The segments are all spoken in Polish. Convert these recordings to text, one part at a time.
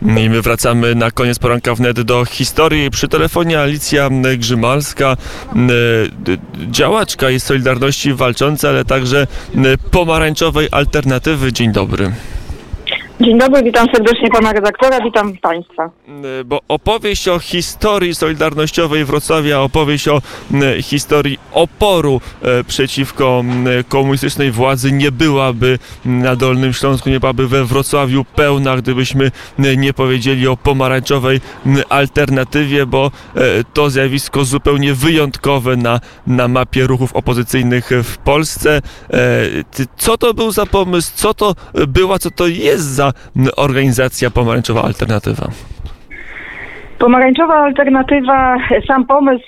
I my wracamy na koniec poranka wnet do historii. Przy telefonie Alicja Grzymalska, działaczka jest Solidarności walcząca, ale także pomarańczowej alternatywy. Dzień dobry. Dzień dobry, witam serdecznie pana redaktora, witam państwa. Bo opowieść o historii solidarnościowej Wrocławia, opowieść o historii oporu przeciwko komunistycznej władzy nie byłaby na Dolnym Śląsku, nie byłaby we Wrocławiu pełna, gdybyśmy nie powiedzieli o pomarańczowej alternatywie, bo to zjawisko zupełnie wyjątkowe na mapie ruchów opozycyjnych w Polsce. Co to był za pomysł, co to była, co to jest za organizacja Pomarańczowa Alternatywa? Pomarańczowa Alternatywa, sam pomysł,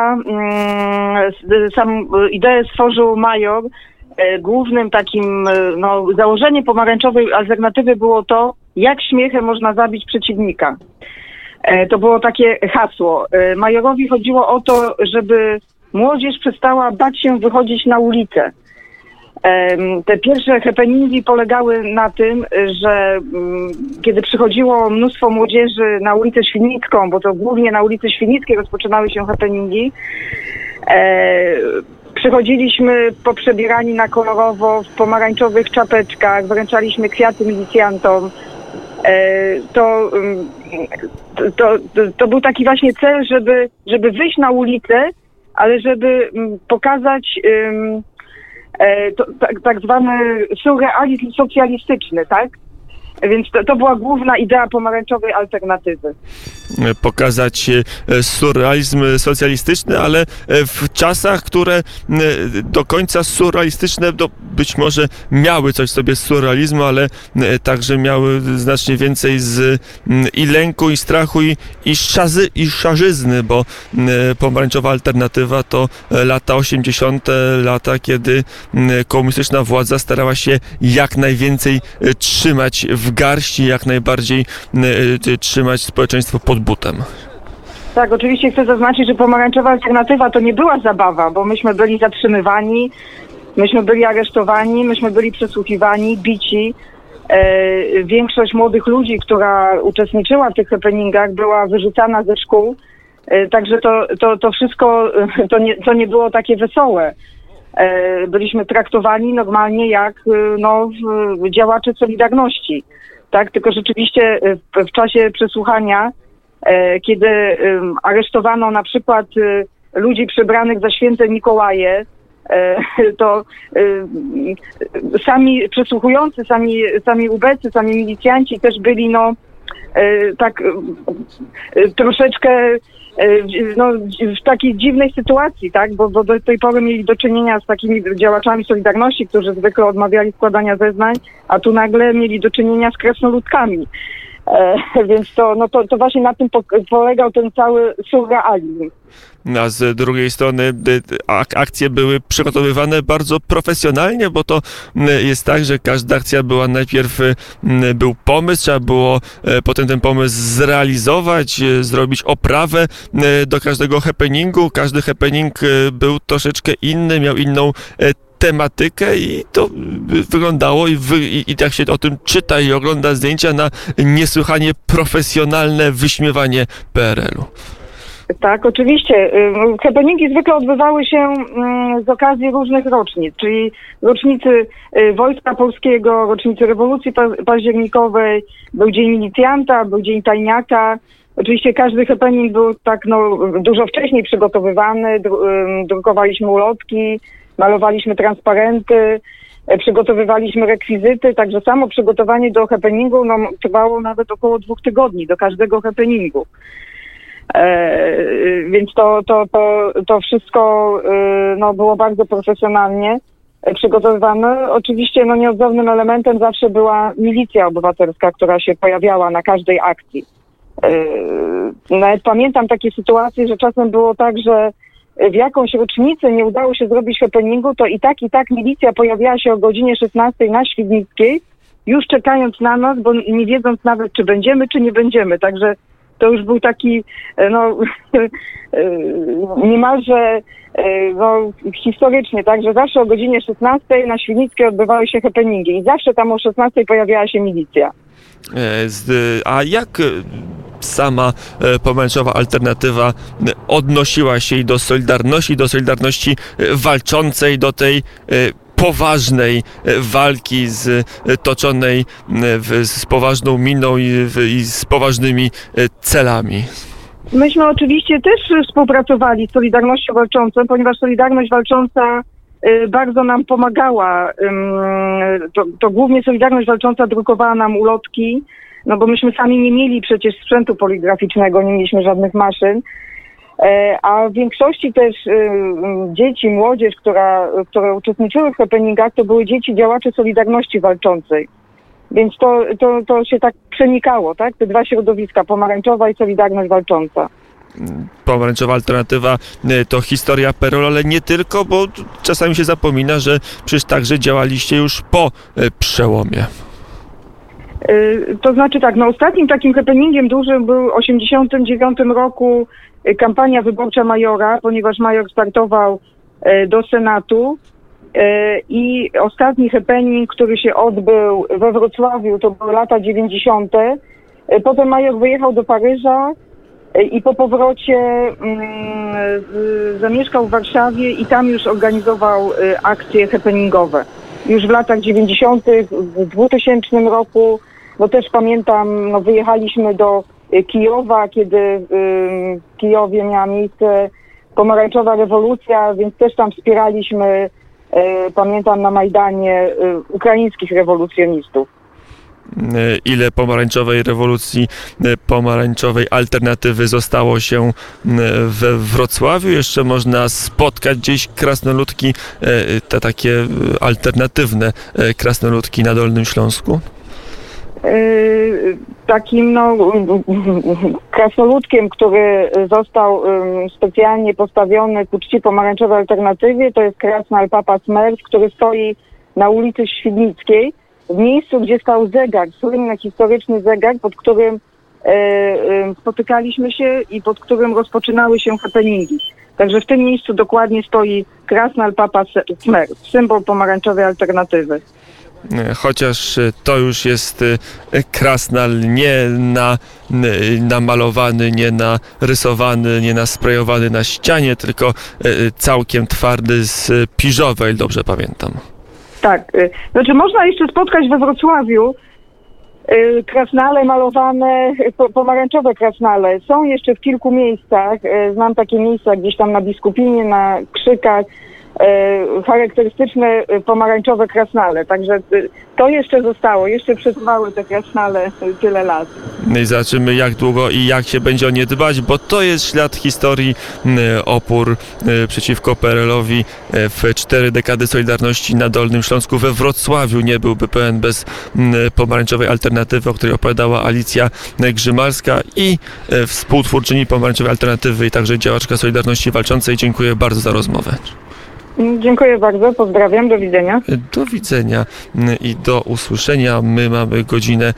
ideę stworzył Major. Głównym takim założeniem Pomarańczowej Alternatywy było to, jak śmiechem można zabić przeciwnika. To było takie hasło. Majorowi chodziło o to, żeby młodzież przestała bać się wychodzić na ulicę. Te pierwsze happeningi polegały na tym, że kiedy przychodziło mnóstwo młodzieży na ulicę Świdnicką, bo to głównie na ulicy Świdnickiej rozpoczynały się happeningi, przychodziliśmy poprzebierani na kolorowo w pomarańczowych czapeczkach, wręczaliśmy kwiaty milicjantom. To był taki właśnie cel, żeby wyjść na ulicę, ale żeby pokazać tak zwany surrealizm socjalistyczny, tak? Więc to była główna idea Pomarańczowej Alternatywy. Pokazać surrealizm socjalistyczny, ale w czasach, które do końca surrealistyczne, być może miały coś w sobie z surrealizmu, ale także miały znacznie więcej i lęku, i strachu, i szarzyzny, bo Pomarańczowa Alternatywa to lata 80., lata, kiedy komunistyczna władza starała się jak najwięcej trzymać w garści, jak najbardziej trzymać społeczeństwo pod butem. Tak, oczywiście chcę zaznaczyć, że Pomarańczowa Alternatywa to nie była zabawa, bo myśmy byli zatrzymywani, myśmy byli aresztowani, myśmy byli przesłuchiwani, bici. Większość młodych ludzi, która uczestniczyła w tych happeningach, była wyrzucana ze szkół. Także to wszystko to nie było takie wesołe. Byliśmy traktowani normalnie jak działacze Solidarności. Tak? Tylko rzeczywiście w czasie przesłuchania, kiedy aresztowano na przykład ludzi przebranych za święte Mikołaje, to sami przesłuchujący, sami ubecy, sami milicjanci też byli tak troszeczkę w takiej dziwnej sytuacji, tak? Bo do tej pory mieli do czynienia z takimi działaczami Solidarności, którzy zwykle odmawiali składania zeznań, a tu nagle mieli do czynienia z krasnoludkami. Więc to właśnie na tym polegał ten cały surrealizm. A z drugiej strony akcje były przygotowywane bardzo profesjonalnie, bo to jest tak, że każda akcja była najpierw, był pomysł, trzeba było potem ten pomysł zrealizować, zrobić oprawę do każdego happeningu. Każdy happening był troszeczkę inny, miał inną tematykę i to wyglądało i jak się o tym czyta i ogląda zdjęcia, na niesłychanie profesjonalne wyśmiewanie PRL-u. Tak, oczywiście. Happeningi zwykle odbywały się z okazji różnych rocznic, czyli rocznicy Wojska Polskiego, rocznicy rewolucji październikowej, był Dzień Milicjanta, był Dzień Tajniaka. Oczywiście każdy happening był tak dużo wcześniej przygotowywany, drukowaliśmy ulotki, malowaliśmy transparenty, przygotowywaliśmy rekwizyty, także samo przygotowanie do happeningu trwało nawet około 2 tygodni, do każdego happeningu. Więc to wszystko było bardzo profesjonalnie przygotowywane. Oczywiście nieodzownym elementem zawsze była milicja obywatelska, która się pojawiała na każdej akcji. Nawet pamiętam takie sytuacje, że czasem było tak, że w jakąś rocznicę nie udało się zrobić happeningu, to i tak milicja pojawiała się o godzinie 16 na Świdnickiej, już czekając na nas, bo nie wiedząc nawet, czy będziemy, czy nie będziemy. Także to już był taki, no, niemalże historycznie, tak, że zawsze o godzinie 16 na Świdnickiej odbywały się happeningi i zawsze tam o 16 pojawiała się milicja. A jak sama pomarańczowa alternatywa odnosiła się i do Solidarności walczącej, do tej poważnej walki toczonej z poważną miną i z poważnymi celami? Myśmy oczywiście też współpracowali z Solidarnością Walczącą, ponieważ Solidarność Walcząca bardzo nam pomagała. To głównie Solidarność Walcząca drukowała nam ulotki, no bo myśmy sami nie mieli przecież sprzętu poligraficznego, nie mieliśmy żadnych maszyn. A w większości też dzieci, młodzież, które uczestniczyły w happeningach, to były dzieci działaczy Solidarności Walczącej. Więc to się tak przenikało, tak? Te dwa środowiska, pomarańczowa i Solidarność Walcząca. Pomarańczowa alternatywa to historia PRL, ale nie tylko, bo czasami się zapomina, że przecież także działaliście już po przełomie. To znaczy tak, no ostatnim takim happeningiem dużym był w 1989 roku kampania wyborcza Majora, ponieważ Major startował do Senatu i ostatni happening, który się odbył we Wrocławiu, to były lata 90. Potem Major wyjechał do Paryża i po powrocie zamieszkał w Warszawie i tam już organizował akcje happeningowe. Już w latach 90., w 2000 roku, bo też pamiętam, no wyjechaliśmy do Kijowa, kiedy w Kijowie miała miejsce pomarańczowa rewolucja, więc też tam wspieraliśmy, pamiętam, na Majdanie ukraińskich rewolucjonistów. Ile pomarańczowej rewolucji, pomarańczowej alternatywy zostało się we Wrocławiu? Jeszcze można spotkać gdzieś krasnoludki, te takie alternatywne krasnoludki na Dolnym Śląsku? Takim krasnoludkiem, który został specjalnie postawiony ku czci pomarańczowej alternatywie, to jest krasnal Papa Smers, który stoi na ulicy Świdnickiej, w miejscu, gdzie stał zegar, słynny historyczny zegar, pod którym spotykaliśmy się i pod którym rozpoczynały się happeningi. Także w tym miejscu dokładnie stoi krasnal Papa Smers, symbol pomarańczowej alternatywy. Chociaż to już jest krasnal nie namalowany, nie narysowany, nie nasprejowany na ścianie, tylko całkiem twardy z Piżowej, o ile dobrze pamiętam. Tak, znaczy można jeszcze spotkać we Wrocławiu krasnale malowane, pomarańczowe krasnale. Są jeszcze w kilku miejscach, znam takie miejsca gdzieś tam na Biskupinie, na Krzykach, charakterystyczne pomarańczowe krasnale. Także to jeszcze zostało, jeszcze przetrwały te krasnale tyle lat. No i zobaczymy, jak długo i jak się będzie o nie dbać, bo to jest ślad historii, opór przeciwko PRL-owi w 4 dekady Solidarności na Dolnym Śląsku. We Wrocławiu nie byłby pełen bez pomarańczowej alternatywy, o której opowiadała Alicja Grzymalska i współtwórczyni pomarańczowej alternatywy i także działaczka Solidarności Walczącej. Dziękuję bardzo za rozmowę. Dziękuję bardzo, pozdrawiam, do widzenia. Do widzenia i do usłyszenia. My mamy godzinę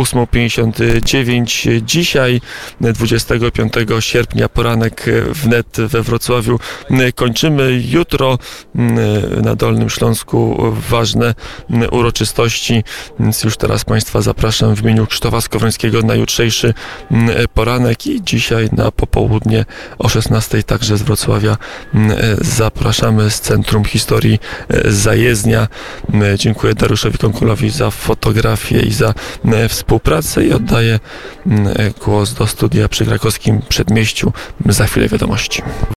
8:59. Dzisiaj, 25 sierpnia, poranek wnet we Wrocławiu kończymy. Jutro na Dolnym Śląsku ważne uroczystości, więc już teraz Państwa zapraszam w imieniu Krzysztofa Skowrońskiego na jutrzejszy poranek i dzisiaj na popołudnie o 16:00 także z Wrocławia zapraszamy z Centrum Historii Zajezdnia. Dziękuję Dariuszowi Konkulowi za fotografię i za współpracę i oddaję głos do studia przy Krakowskim Przedmieściu. Za chwilę wiadomości.